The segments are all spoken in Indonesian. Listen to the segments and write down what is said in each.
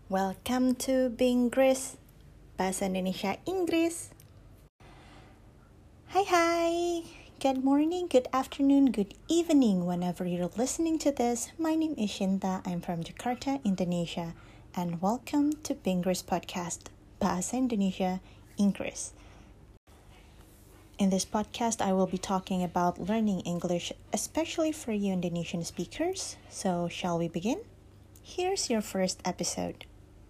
Welcome to Bingris, Bahasa Indonesia Inggris. Hai, good morning, good afternoon, good evening whenever you're listening to this. My name is Shinta, I'm from Jakarta, Indonesia, and welcome to Bingris Podcast, Bahasa Indonesia Inggris. In this podcast, I will be talking about learning English, especially for you Indonesian speakers. So, shall we begin? Here's your first episode.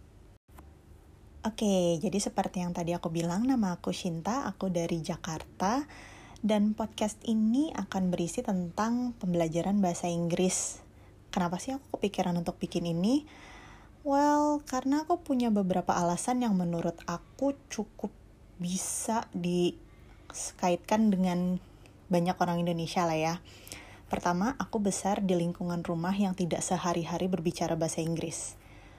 Oke, jadi seperti yang tadi aku bilang, nama aku Shinta, aku dari Jakarta, dan podcast ini akan berisi tentang pembelajaran bahasa Inggris. Kenapa sih aku kepikiran untuk bikin ini? Well, karena aku punya beberapa alasan yang menurut aku cukup bisa dikaitkan dengan banyak orang Indonesia lah ya. Pertama, aku besar di lingkungan rumah yang tidak sehari-hari berbicara bahasa Inggris.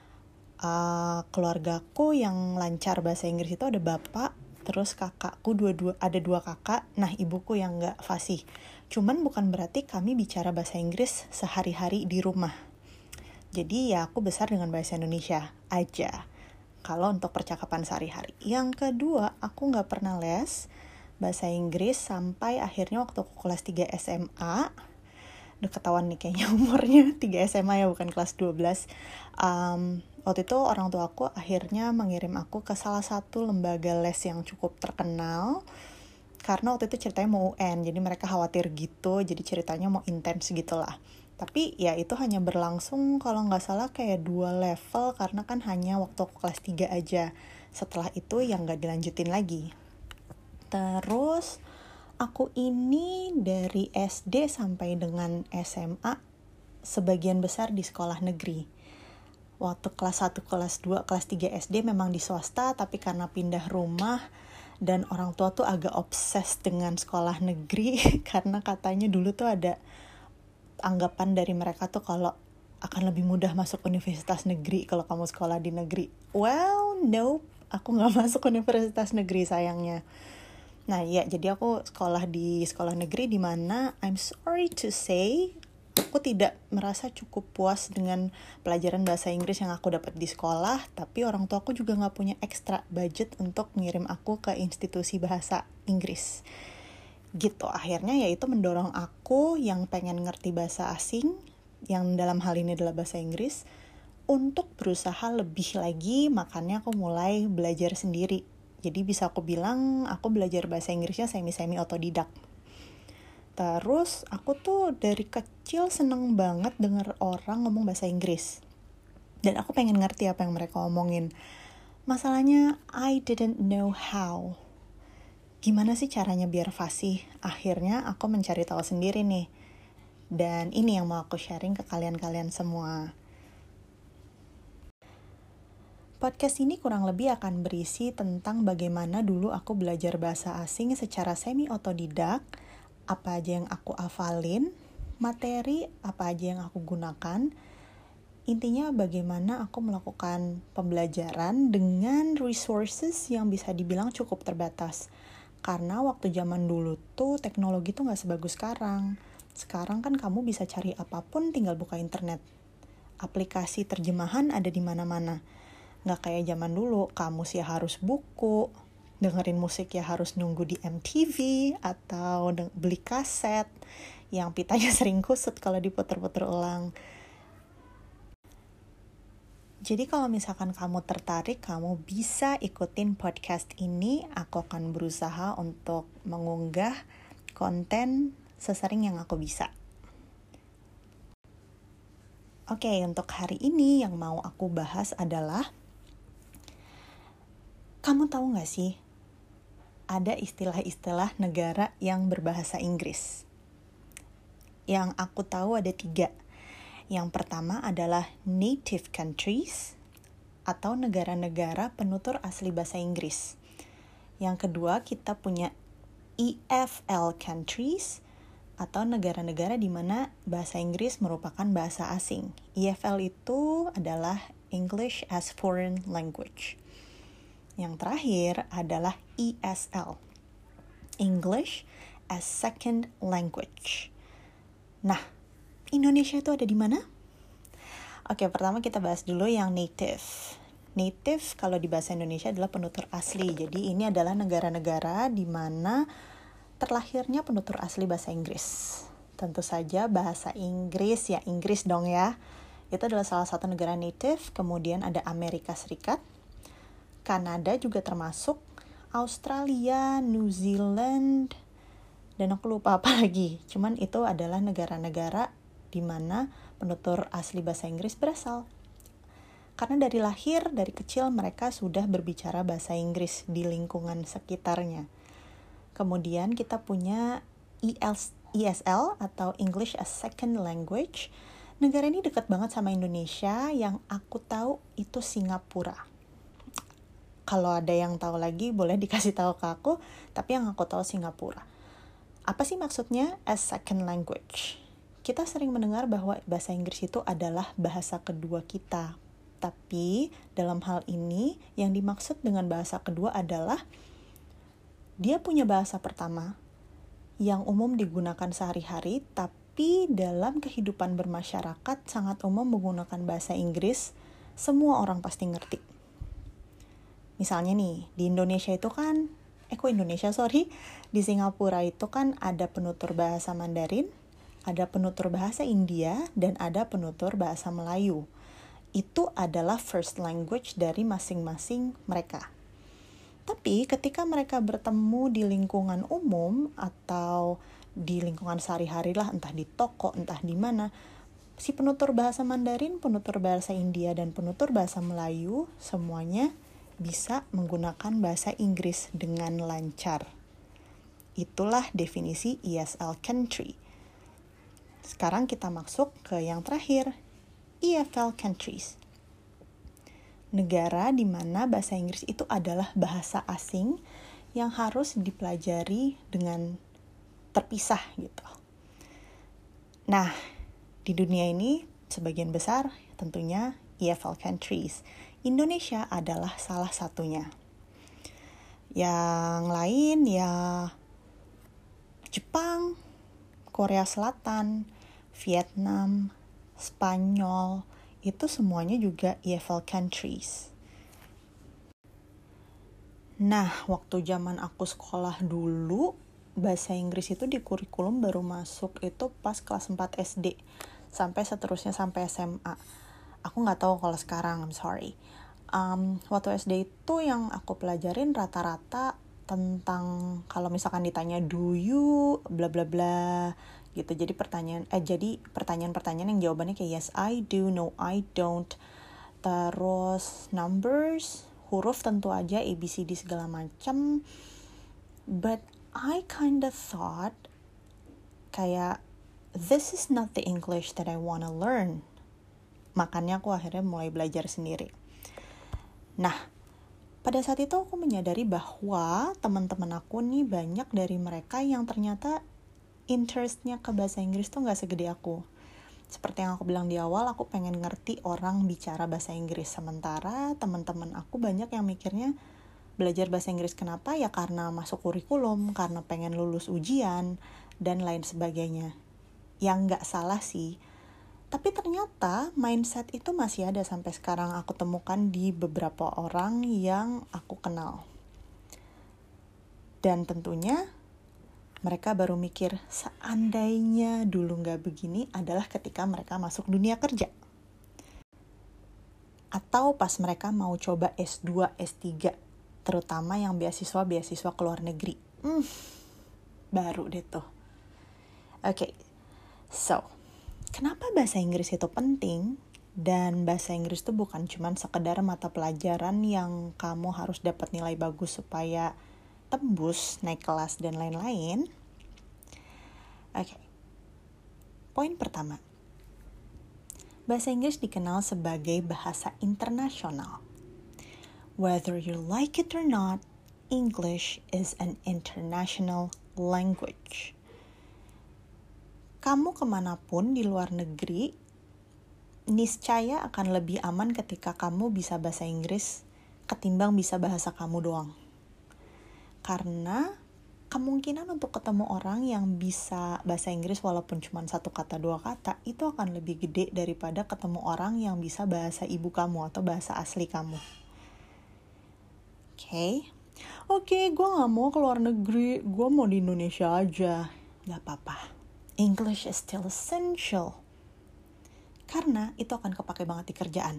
Keluargaku yang lancar bahasa Inggris itu ada bapak, terus kakakku ada dua kakak, nah ibuku yang nggak fasih. Cuman bukan berarti kami bicara bahasa Inggris sehari-hari di rumah. Jadi ya aku besar dengan bahasa Indonesia aja. Kalau untuk percakapan sehari-hari. Yang kedua, aku nggak pernah les bahasa Inggris sampai akhirnya waktu aku kelas 3 SMA. Udah ketahuan nih kayaknya umurnya 3 SMA ya, bukan kelas 12. Waktu itu orang tua aku akhirnya mengirim aku ke salah satu lembaga les yang cukup terkenal. Karena waktu itu ceritanya mau UN, jadi mereka khawatir gitu, jadi ceritanya mau intens gitu lah. Tapi ya itu hanya berlangsung kalau nggak salah kayak 2 level, karena kan hanya waktu aku kelas 3 aja. Setelah itu yang nggak dilanjutin lagi. Terus aku ini dari SD sampai dengan SMA sebagian besar di sekolah negeri. Waktu kelas 1, kelas 2, kelas 3 SD memang di swasta, tapi karena pindah rumah dan orang tua tuh agak obses dengan sekolah negeri karena katanya dulu tuh ada anggapan dari mereka tuh kalau akan lebih mudah masuk universitas negeri kalau kamu sekolah di negeri. Well, nope, aku nggak masuk universitas negeri sayangnya. Nah ya, jadi aku sekolah di sekolah negeri di mana I'm sorry to say aku tidak merasa cukup puas dengan pelajaran bahasa Inggris yang aku dapat di sekolah, tapi orang tua aku juga nggak punya extra budget untuk ngirim aku ke institusi bahasa Inggris. Gitu, akhirnya ya itu mendorong aku yang pengen ngerti bahasa asing, yang dalam hal ini adalah bahasa Inggris, untuk berusaha lebih lagi, makanya aku mulai belajar sendiri. Jadi bisa aku bilang aku belajar bahasa Inggrisnya semi-semi otodidak. Terus aku tuh dari kecil seneng banget denger orang ngomong bahasa Inggris. Dan aku pengen ngerti apa yang mereka omongin. Masalahnya I didn't know how. Gimana sih caranya biar fasih? Akhirnya aku mencari tahu sendiri nih. Dan ini yang mau aku sharing ke kalian-kalian semua. Podcast ini kurang lebih akan berisi tentang bagaimana dulu aku belajar bahasa asing secara semi-otodidak, apa aja yang aku hafalin, materi apa aja yang aku gunakan. Intinya bagaimana aku melakukan pembelajaran dengan resources yang bisa dibilang cukup terbatas. Karena waktu zaman dulu tuh teknologi tuh gak sebagus sekarang. Sekarang kan kamu bisa cari apapun tinggal buka internet. Aplikasi terjemahan ada di mana-mana. Gak kayak zaman dulu, kamus ya harus buku, dengerin musik ya harus nunggu di MTV, atau beli kaset yang pitanya sering kusut kalau diputer-puter ulang. Jadi kalau misalkan kamu tertarik, kamu bisa ikutin podcast ini. Aku akan berusaha untuk mengunggah konten sesering yang aku bisa. Oke, untuk hari ini yang mau aku bahas adalah, kamu tahu gak sih, ada istilah-istilah negara yang berbahasa Inggris? Yang aku tahu ada 3. Yang pertama adalah native countries, atau negara-negara penutur asli bahasa Inggris. Yang kedua, kita punya EFL countries, atau negara-negara di mana bahasa Inggris merupakan bahasa asing. EFL itu adalah English as Foreign Language. Yang terakhir adalah ESL, English as Second Language. Nah, Indonesia itu ada di mana? Oke, pertama kita bahas dulu yang native. Native kalau di bahasa Indonesia adalah penutur asli. Jadi ini adalah negara-negara di mana terlahirnya penutur asli bahasa Inggris. Tentu saja bahasa Inggris, ya Inggris dong ya. Itu adalah salah satu negara native. Kemudian ada Amerika Serikat, Kanada juga termasuk, Australia, New Zealand, dan aku lupa apa lagi. Cuman itu adalah negara-negara di mana penutur asli bahasa Inggris berasal. Karena dari lahir, dari kecil mereka sudah berbicara bahasa Inggris di lingkungan sekitarnya. Kemudian kita punya ESL atau English as Second Language. Negara ini dekat banget sama Indonesia, yang aku tahu itu Singapura. Kalau ada yang tahu lagi boleh dikasih tahu ke aku, tapi yang aku tahu Singapura. Apa sih maksudnya as second language? Kita sering mendengar bahwa bahasa Inggris itu adalah bahasa kedua kita. Tapi dalam hal ini yang dimaksud dengan bahasa kedua adalah dia punya bahasa pertama yang umum digunakan sehari-hari, tapi dalam kehidupan bermasyarakat sangat umum menggunakan bahasa Inggris, semua orang pasti ngerti. Misalnya nih, di Indonesia itu kan, di Singapura itu kan ada penutur bahasa Mandarin, ada penutur bahasa India, dan ada penutur bahasa Melayu. Itu adalah first language dari masing-masing mereka. Tapi ketika mereka bertemu di lingkungan umum atau di lingkungan sehari-hari lah, entah di toko, entah di mana, si penutur bahasa Mandarin, penutur bahasa India, dan penutur bahasa Melayu semuanya bisa menggunakan bahasa Inggris dengan lancar. Itulah definisi ESL country. Sekarang kita masuk ke yang terakhir, EFL countries. Negara di mana bahasa Inggris itu adalah bahasa asing yang harus dipelajari dengan terpisah gitu. Nah, di dunia ini sebagian besar tentunya EFL countries. Indonesia adalah salah satunya. Yang lain ya Jepang, Korea Selatan, Vietnam, Spanyol, itu semuanya juga EFL countries. Nah, waktu zaman aku sekolah dulu, bahasa Inggris itu di kurikulum baru masuk itu pas kelas 4 SD, sampai seterusnya sampai SMA. Aku nggak tahu kalau sekarang, I'm sorry. Waktu SD itu yang aku pelajarin rata-rata tentang, kalau misalkan ditanya do you, bla bla bla, gitu. Jadi pertanyaan-pertanyaan yang jawabannya kayak yes I do, no I don't. Terus numbers, huruf tentu aja ABCD segala macam. But I kind of thought kayak this is not the English that I wanna learn. Makanya aku akhirnya mulai belajar sendiri. Nah, pada saat itu aku menyadari bahwa teman-teman aku nih banyak dari mereka yang ternyata interestnya ke bahasa Inggris tuh gak segede aku. Seperti yang aku bilang di awal, aku pengen ngerti orang bicara bahasa Inggris. Sementara teman-teman aku banyak yang mikirnya belajar bahasa Inggris kenapa? Ya karena masuk kurikulum, karena pengen lulus ujian, dan lain sebagainya. Yang gak salah sih. Tapi ternyata mindset itu masih ada sampai sekarang aku temukan di beberapa orang yang aku kenal. Dan tentunya mereka baru mikir seandainya dulu gak begini adalah ketika mereka masuk dunia kerja. Atau pas mereka mau coba S2, S3, terutama yang beasiswa ke luar negeri. Baru deh tuh. Okay, so kenapa bahasa Inggris itu penting? Dan bahasa Inggris itu bukan cuma sekedar mata pelajaran yang kamu harus dapat nilai bagus supaya tembus, naik kelas, dan lain-lain. Oke. Poin pertama. Bahasa Inggris dikenal sebagai bahasa internasional. Whether you like it or not, English is an international language. Kamu kemanapun di luar negeri, niscaya akan lebih aman ketika kamu bisa bahasa Inggris ketimbang bisa bahasa kamu doang. Karena kemungkinan untuk ketemu orang yang bisa bahasa Inggris walaupun cuma 1 kata 2 kata itu akan lebih gede daripada ketemu orang yang bisa bahasa ibu kamu atau bahasa asli kamu. Oke, gue gak mau keluar negeri, gue mau di Indonesia aja. Gak apa-apa, English is still essential. Karena itu akan kepake banget di kerjaan.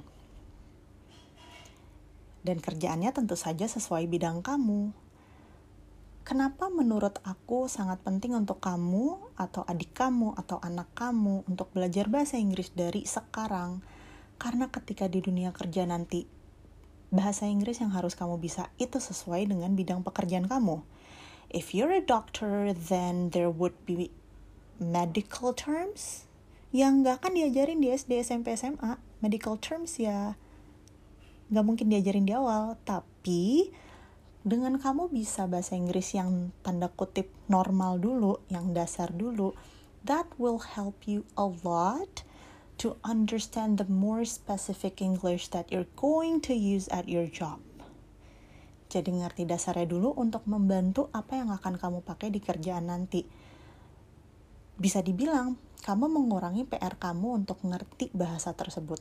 Dan kerjaannya tentu saja sesuai bidang kamu. Kenapa menurut aku sangat penting untuk kamu, atau adik kamu, atau anak kamu untuk belajar bahasa Inggris dari sekarang? Karena ketika di dunia kerja nanti, bahasa Inggris yang harus kamu bisa itu sesuai dengan bidang pekerjaan kamu. If you're a doctor, then there would be medical terms yang gak akan diajarin di SD, SMP, SMA. Medical terms ya gak mungkin diajarin di awal. Tapi dengan kamu bisa bahasa Inggris yang tanda kutip normal dulu, yang dasar dulu, that will help you a lot to understand the more specific English that you're going to use at your job. Jadi ngerti dasarnya dulu untuk membantu apa yang akan kamu pakai di kerjaan nanti. Bisa dibilang, kamu mengurangi PR kamu untuk ngerti bahasa tersebut.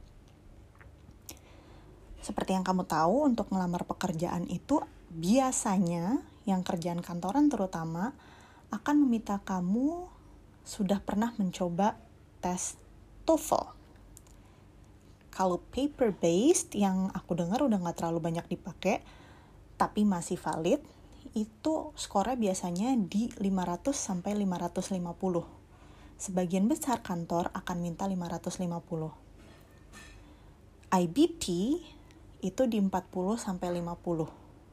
Seperti yang kamu tahu, untuk ngelamar pekerjaan itu biasanya yang kerjaan kantoran terutama akan meminta kamu sudah pernah mencoba tes TOEFL. Kalau paper based yang aku dengar udah gak terlalu banyak dipakai tapi masih valid, itu skornya biasanya di 500 sampai 550. Sebagian besar kantor akan minta 550. IBT itu di 40 sampai 50.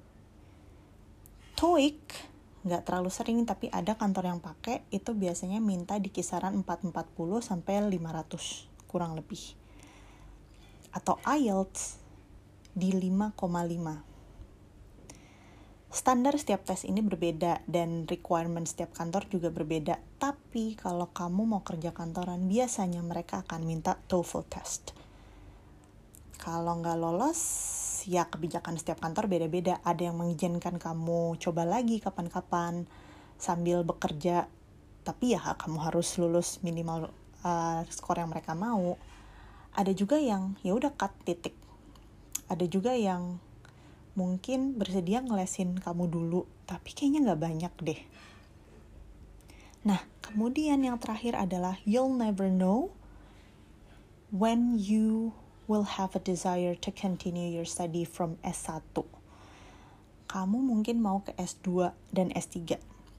TOEIC nggak terlalu sering, tapi ada kantor yang pakai, itu biasanya minta di kisaran 440 sampai 500 kurang lebih. Atau IELTS di 5,5. Standar setiap tes ini berbeda dan requirement setiap kantor juga berbeda. Tapi kalau kamu mau kerja kantoran, biasanya mereka akan minta TOEFL test. Kalau nggak lolos, ya kebijakan setiap kantor beda-beda. Ada yang mengizinkan kamu coba lagi kapan-kapan sambil bekerja. Tapi ya kamu harus lulus minimal skor yang mereka mau. Ada juga yang ya udah cut titik. Ada juga yang mungkin bersedia ngelesin kamu dulu, tapi kayaknya nggak banyak deh. Nah, kemudian yang terakhir adalah you'll never know when you will have a desire to continue your study from S1. Kamu mungkin mau ke S2 dan S3.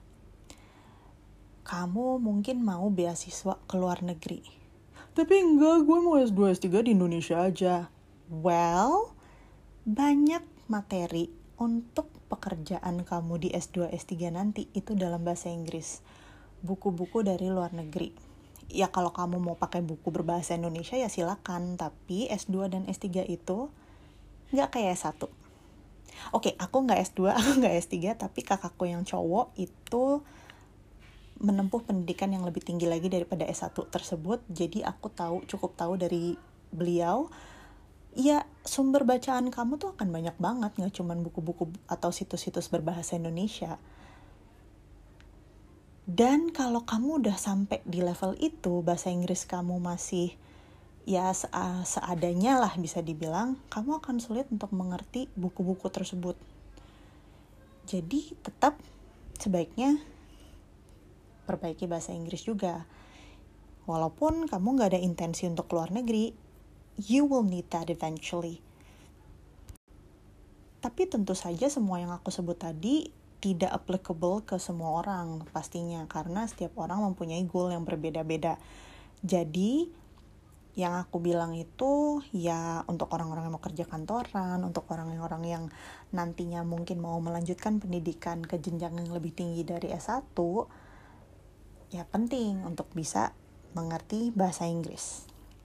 Kamu mungkin mau beasiswa ke luar negeri. Tapi enggak, gue mau S2, S3 di Indonesia aja. Well, banyak materi untuk pekerjaan kamu di S2, S3 nanti itu dalam bahasa Inggris. Buku-buku dari luar negeri. Ya kalau kamu mau pakai buku berbahasa Indonesia ya silakan, tapi S2 dan S3 itu nggak kayak S1. Oke, aku nggak S2, aku nggak S3, tapi kakakku yang cowok itu menempuh pendidikan yang lebih tinggi lagi daripada S1 tersebut. Jadi aku cukup tahu dari beliau. Ya, sumber bacaan kamu tuh akan banyak banget, nggak cuma buku-buku atau situs-situs berbahasa Indonesia. Dan kalau kamu udah sampai di level itu, bahasa Inggris kamu masih ya seadanya lah bisa dibilang, kamu akan sulit untuk mengerti buku-buku tersebut. Jadi tetap sebaiknya perbaiki bahasa Inggris juga. Walaupun kamu nggak ada intensi untuk keluar negeri, you will need that eventually. Tapi tentu saja semua yang aku sebut tadi tidak applicable ke semua orang pastinya, karena setiap orang mempunyai goal yang berbeda-beda. Jadi yang aku bilang itu ya untuk orang-orang yang mau kerja kantoran, untuk orang-orang yang nantinya mungkin mau melanjutkan pendidikan ke jenjang yang lebih tinggi dari S1, ya penting untuk bisa mengerti bahasa Inggris.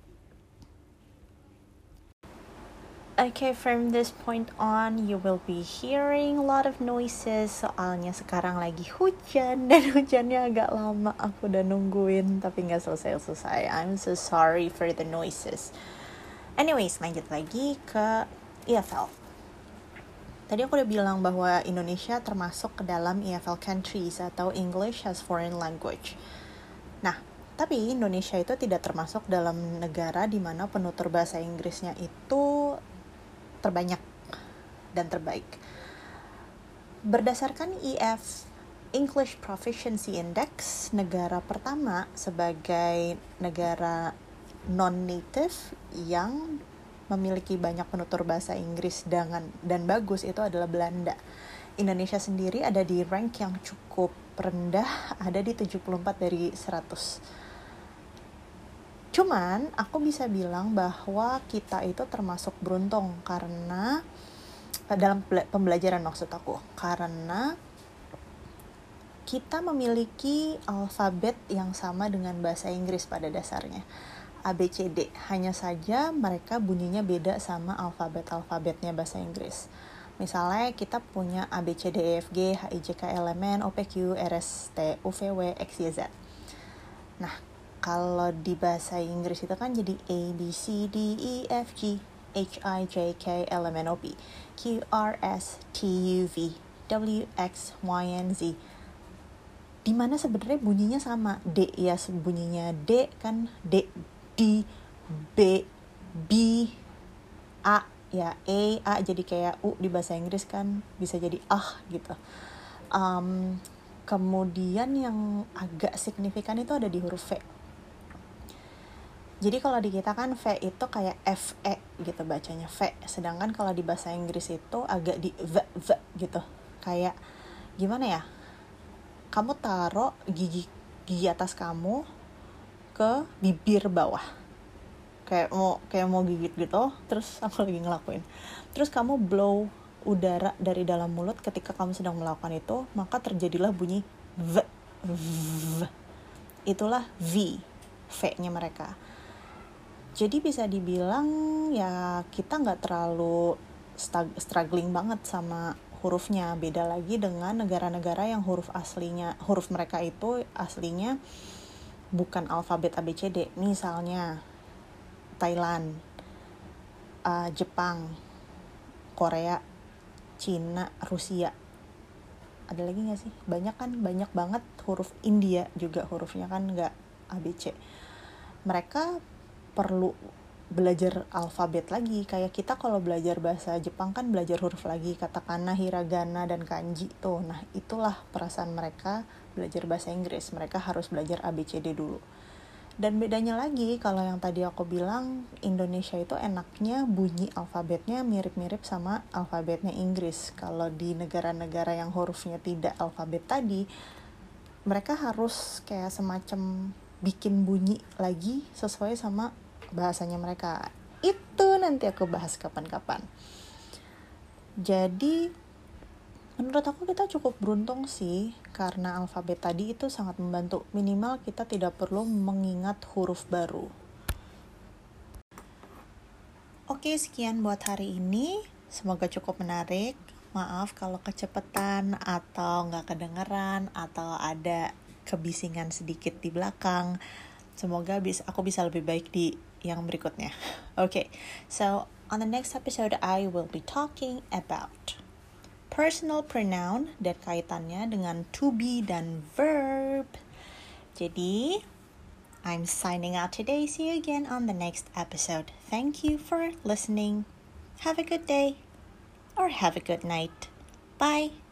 Okay, from this point on, you will be hearing a lot of noises. Soalnya sekarang lagi hujan, dan hujannya agak lama. Aku udah nungguin, tapi gak selesai-selesai. I'm so sorry for the noises. Anyways, lanjut lagi ke EFL. Tadi aku udah bilang bahwa Indonesia termasuk ke dalam EFL countries atau English as Foreign Language. Nah, tapi Indonesia itu tidak termasuk dalam negara di mana penutur bahasa Inggrisnya itu terbanyak dan terbaik. Berdasarkan EF English Proficiency Index, negara pertama sebagai negara non-native yang memiliki banyak penutur bahasa Inggris dan bagus itu adalah Belanda. Indonesia sendiri ada di rank yang cukup rendah, ada di 74 dari 100. Cuman aku bisa bilang bahwa kita itu termasuk beruntung karena dalam pembelajaran maksud aku, karena kita memiliki alfabet yang sama dengan bahasa Inggris pada dasarnya. ABCD, hanya saja mereka bunyinya beda sama alfabetnya bahasa Inggris. Misalnya kita punya ABCDEFG, HIJKLMN, OPQ, RST, UVW, XYZ. Nah, kalau di bahasa Inggris itu kan jadi ABCDEFG, HIJKLMNOP, QRSTUV, WXYZ. Dimana sebenarnya bunyinya sama. D ya bunyinya D kan, D, D, B, B, A ya A jadi kayak U di bahasa Inggris kan bisa jadi gitu. Kemudian yang agak signifikan itu ada di huruf V. Jadi kalau di kita kan V itu kayak FE gitu bacanya V. Sedangkan kalau di bahasa Inggris itu agak di V gitu. Kayak gimana ya? Kamu taruh gigi atas kamu ke bibir bawah, kayak mau gigit gitu, terus aku lagi ngelakuin, terus kamu blow udara dari dalam mulut ketika kamu sedang melakukan itu, maka terjadilah bunyi v. Itulah V-nya mereka. Jadi bisa dibilang ya kita nggak terlalu struggling banget sama hurufnya. Beda lagi dengan negara-negara yang huruf mereka itu aslinya bukan alfabet ABCD, misalnya Thailand, Jepang, Korea, Cina, Rusia. Ada lagi nggak sih? Banyak banget. Huruf India juga hurufnya kan nggak ABC. Mereka perlu belajar alfabet lagi. Kayak kita kalau belajar bahasa Jepang kan belajar huruf lagi, katakana, hiragana, dan kanji tuh. Nah itulah perasaan mereka belajar bahasa Inggris. Mereka harus belajar ABCD dulu. Dan bedanya lagi, kalau yang tadi aku bilang, Indonesia itu enaknya bunyi alfabetnya mirip-mirip sama alfabetnya Inggris. Kalau di negara-negara yang hurufnya tidak alfabet tadi, mereka harus kayak semacam bikin bunyi lagi sesuai sama bahasanya mereka. Itu nanti aku bahas kapan-kapan. Jadi menurut aku kita cukup beruntung sih, karena alfabet tadi itu sangat membantu. Minimal kita tidak perlu mengingat huruf baru. Oke, sekian buat hari ini. Semoga cukup menarik. Maaf kalau kecepatan atau nggak kedengeran atau ada kebisingan sedikit di belakang. Semoga aku bisa lebih baik di yang berikutnya. Okay, so on the next episode I will be talking about personal pronoun dan kaitannya dengan to be dan verb. Jadi, I'm signing out today. See you again on the next episode. Thank you for listening. Have a good day or have a good night. Bye.